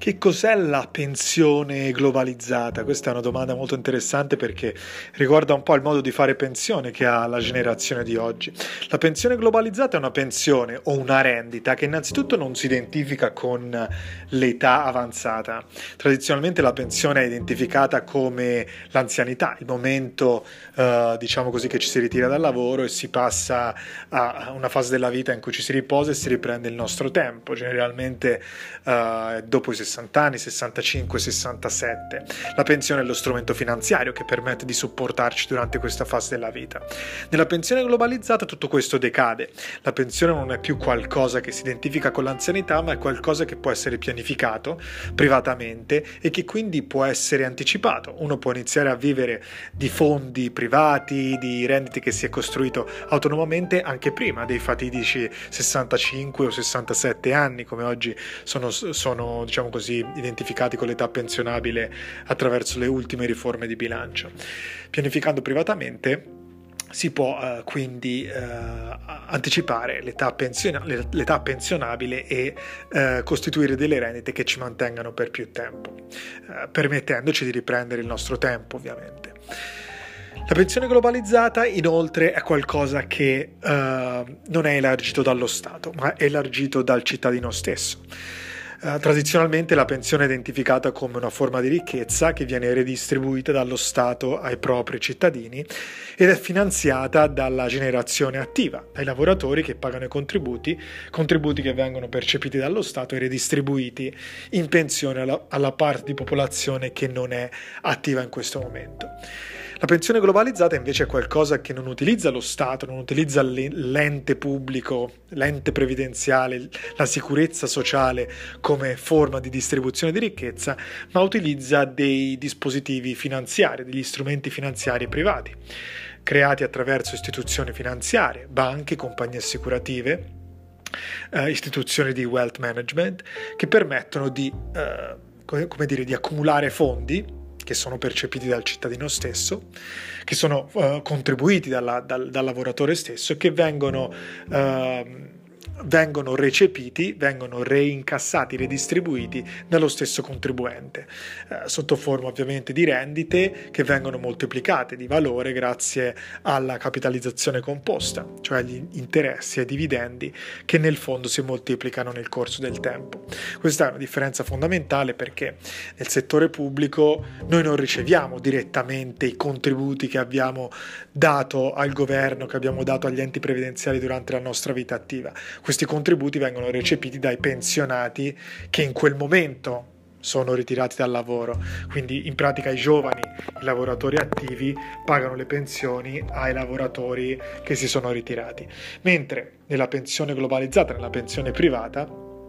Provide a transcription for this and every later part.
Che cos'è la pensione globalizzata? Questa è una domanda molto interessante perché riguarda un po' il modo di fare pensione che ha la generazione di oggi. La pensione globalizzata è una pensione o una rendita che innanzitutto non si identifica con l'età avanzata. Tradizionalmente la pensione è identificata come l'anzianità, il momento diciamo così che ci si ritira dal lavoro e si passa a una fase della vita in cui ci si riposa e si riprende il nostro tempo, generalmente dopo i 60 anni, 65, 67. La pensione è lo strumento finanziario che permette di supportarci durante questa fase della vita. Nella pensione globalizzata tutto questo decade. La pensione non è più qualcosa che si identifica con l'anzianità, ma è qualcosa che può essere pianificato privatamente e che quindi può essere anticipato. Uno può iniziare a vivere di fondi privati, di rendite che si è costruito autonomamente anche prima dei fatidici 65 o 67 anni, come oggi sono diciamo così identificati con l'età pensionabile attraverso le ultime riforme di bilancio. Pianificando privatamente si può quindi anticipare l'età pensionabile e costituire delle rendite che ci mantengano per più tempo, permettendoci di riprendere il nostro tempo, ovviamente. La pensione globalizzata inoltre è qualcosa che non è elargito dallo Stato, ma è elargito dal cittadino stesso. Tradizionalmente la pensione è identificata come una forma di ricchezza che viene redistribuita dallo Stato ai propri cittadini ed è finanziata dalla generazione attiva, dai lavoratori che pagano i contributi che vengono percepiti dallo Stato e redistribuiti in pensione alla parte di popolazione che non è attiva in questo momento. La pensione globalizzata invece è qualcosa che non utilizza lo Stato, non utilizza l'ente pubblico, l'ente previdenziale, la sicurezza sociale come forma di distribuzione di ricchezza, ma utilizza dei dispositivi finanziari, degli strumenti finanziari privati, creati attraverso istituzioni finanziarie, banche, compagnie assicurative, istituzioni di wealth management, che permettono di accumulare fondi che sono percepiti dal cittadino stesso, che sono contribuiti dal lavoratore stesso e che vengono recepiti, vengono reincassati, redistribuiti dallo stesso contribuente, sotto forma ovviamente di rendite che vengono moltiplicate di valore grazie alla capitalizzazione composta, cioè gli interessi e i dividendi che nel fondo si moltiplicano nel corso del tempo. Questa è una differenza fondamentale perché nel settore pubblico noi non riceviamo direttamente i contributi che abbiamo dato al governo, che abbiamo dato agli enti previdenziali durante la nostra vita attiva. Questi contributi vengono recepiti dai pensionati che in quel momento sono ritirati dal lavoro, quindi in pratica i giovani, i lavoratori attivi pagano le pensioni ai lavoratori che si sono ritirati, mentre nella pensione globalizzata, nella pensione privata,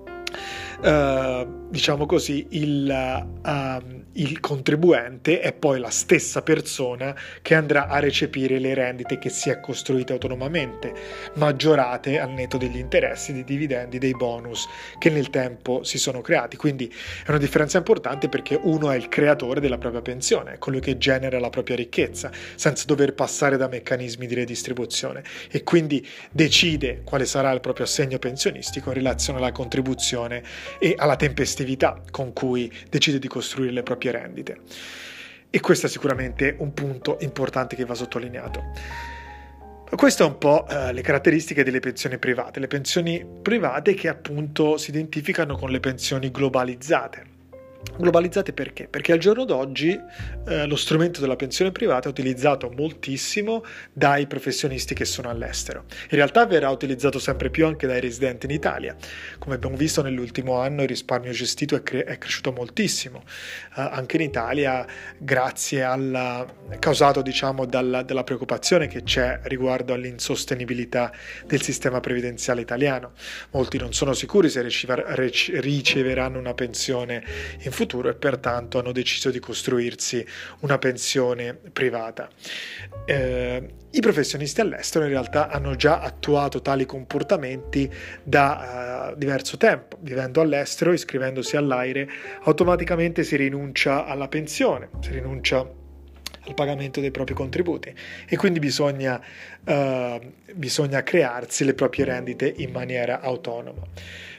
diciamo così, il contribuente è poi la stessa persona che andrà a recepire le rendite che si è costruite autonomamente, maggiorate al netto degli interessi, dei dividendi, dei bonus che nel tempo si sono creati. Quindi è una differenza importante perché uno è il creatore della propria pensione, è colui che genera la propria ricchezza senza dover passare da meccanismi di redistribuzione e quindi decide quale sarà il proprio assegno pensionistico in relazione alla contribuzione e alla tempestività con cui decide di costruire le proprie rendite. E questo è sicuramente un punto importante che va sottolineato. Queste sono un po' le caratteristiche delle pensioni private. Le pensioni private che appunto si identificano con le pensioni globalizzate. Globalizzate perché? Perché al giorno d'oggi lo strumento della pensione privata è utilizzato moltissimo dai professionisti che sono all'estero. In realtà verrà utilizzato sempre più anche dai residenti in Italia. Come abbiamo visto nell'ultimo anno il risparmio gestito è cresciuto moltissimo, anche in Italia grazie causato diciamo dalla preoccupazione che c'è riguardo all'insostenibilità del sistema previdenziale italiano. Molti non sono sicuri se riceveranno una pensione in futuro e pertanto hanno deciso di costruirsi una pensione privata. I professionisti all'estero in realtà hanno già attuato tali comportamenti da diverso tempo. Vivendo all'estero, iscrivendosi all'AIRE, automaticamente si rinuncia alla pensione, si rinuncia al pagamento dei propri contributi e quindi bisogna crearsi le proprie rendite in maniera autonoma.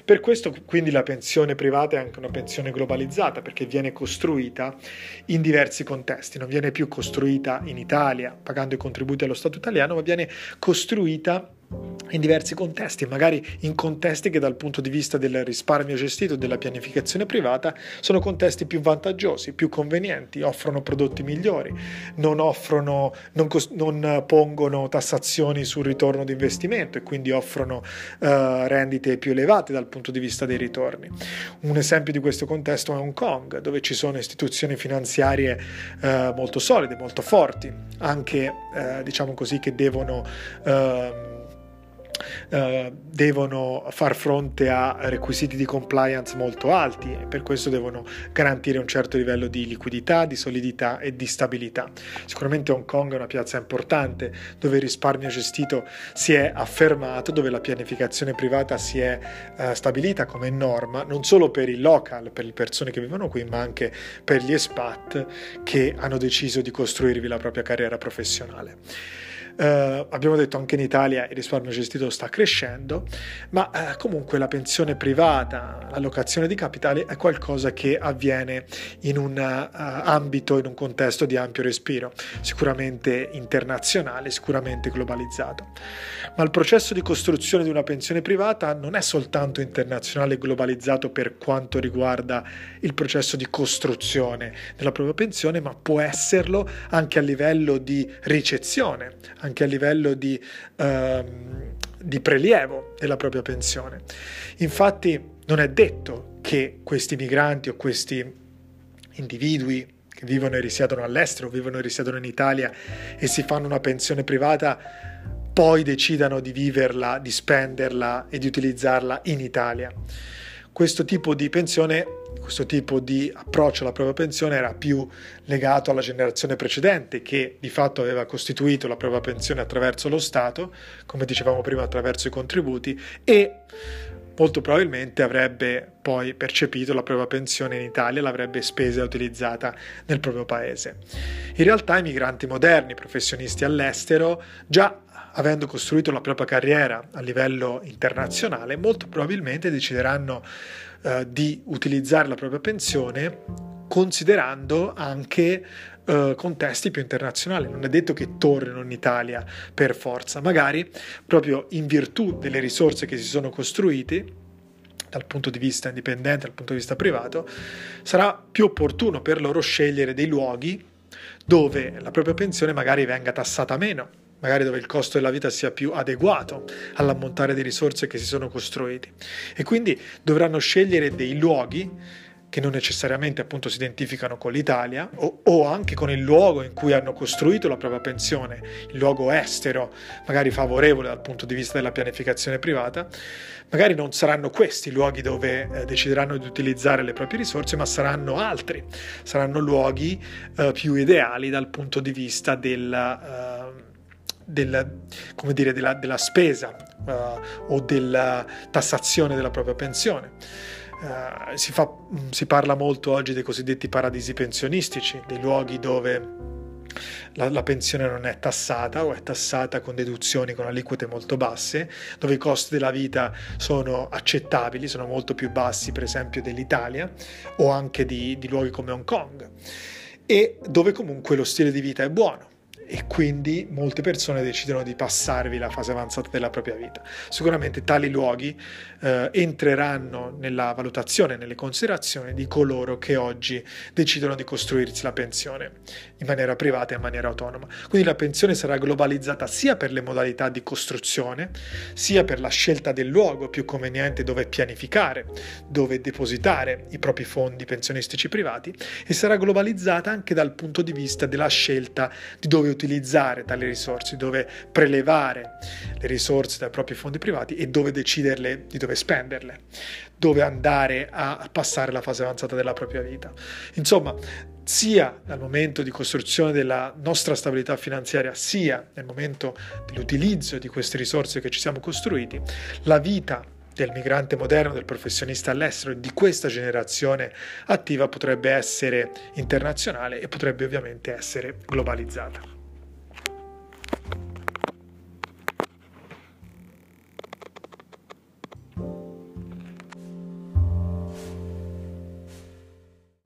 Per questo quindi la pensione privata è anche una pensione globalizzata, perché viene costruita in diversi contesti, non viene più costruita in Italia pagando i contributi allo Stato italiano, ma viene costruita in diversi contesti, magari in contesti che dal punto di vista del risparmio gestito e della pianificazione privata sono contesti più vantaggiosi, più convenienti, offrono prodotti migliori, non pongono tassazioni sul ritorno di investimento e quindi offrono rendite più elevate dal punto di vista dei ritorni. Un esempio di questo contesto è Hong Kong, dove ci sono istituzioni finanziarie molto solide, molto forti, anche diciamo così, che devono far fronte a requisiti di compliance molto alti e per questo devono garantire un certo livello di liquidità, di solidità e di stabilità. Sicuramente Hong Kong è una piazza importante dove il risparmio gestito si è affermato, dove la pianificazione privata si è stabilita come norma, non solo per i local, per le persone che vivono qui, ma anche per gli expat che hanno deciso di costruirvi la propria carriera professionale. Abbiamo detto anche in Italia il risparmio gestito sta crescendo, ma comunque la pensione privata, l'allocazione di capitali è qualcosa che avviene in un ambito, in un contesto di ampio respiro, sicuramente internazionale, sicuramente globalizzato. Ma il processo di costruzione di una pensione privata non è soltanto internazionale e globalizzato per quanto riguarda il processo di costruzione della propria pensione, ma può esserlo anche a livello di ricezione, anche a livello di prelievo della propria pensione. Infatti non è detto che questi migranti o questi individui che vivono e risiedono all'estero, vivono e risiedono in Italia e si fanno una pensione privata, poi decidano di viverla, di spenderla e di utilizzarla in Italia. Questo tipo di pensione, questo tipo di approccio alla propria pensione era più legato alla generazione precedente, che di fatto aveva costituito la propria pensione attraverso lo Stato, come dicevamo prima attraverso i contributi, e molto probabilmente avrebbe poi percepito la propria pensione in Italia, l'avrebbe spesa e utilizzata nel proprio paese. In realtà i migranti moderni, professionisti all'estero, già avendo costruito la propria carriera a livello internazionale, molto probabilmente decideranno di utilizzare la propria pensione considerando anche contesti più internazionali. Non è detto che tornino in Italia per forza, magari proprio in virtù delle risorse che si sono costruite dal punto di vista indipendente, dal punto di vista privato, sarà più opportuno per loro scegliere dei luoghi dove la propria pensione magari venga tassata meno, magari dove il costo della vita sia più adeguato all'ammontare di risorse che si sono costruiti, e quindi dovranno scegliere dei luoghi che non necessariamente appunto si identificano con l'Italia o anche con il luogo in cui hanno costruito la propria pensione, il luogo estero, magari favorevole dal punto di vista della pianificazione privata. Magari non saranno questi luoghi dove decideranno di utilizzare le proprie risorse, ma saranno altri, saranno luoghi più ideali dal punto di vista della spesa o della tassazione della propria pensione. Si parla molto oggi dei cosiddetti paradisi pensionistici, dei luoghi dove la pensione non è tassata o è tassata con deduzioni con aliquote molto basse, dove i costi della vita sono accettabili, sono molto più bassi per esempio dell'Italia o anche di luoghi come Hong Kong, e dove comunque lo stile di vita è buono. E quindi molte persone decidono di passarvi la fase avanzata della propria vita. Sicuramente tali luoghi entreranno nella valutazione, nelle considerazioni di coloro che oggi decidono di costruirsi la pensione in maniera privata e in maniera autonoma. Quindi la pensione sarà globalizzata sia per le modalità di costruzione, sia per la scelta del luogo più conveniente dove pianificare, dove depositare i propri fondi pensionistici privati, e sarà globalizzata anche dal punto di vista della scelta di dove utilizzare tali risorse, dove prelevare le risorse dai propri fondi privati e dove deciderle, di dove spenderle, dove andare a passare la fase avanzata della propria vita. Insomma, sia dal momento di costruzione della nostra stabilità finanziaria, sia nel momento dell'utilizzo di queste risorse che ci siamo costruiti, la vita del migrante moderno, del professionista all'estero e di questa generazione attiva potrebbe essere internazionale e potrebbe ovviamente essere globalizzata.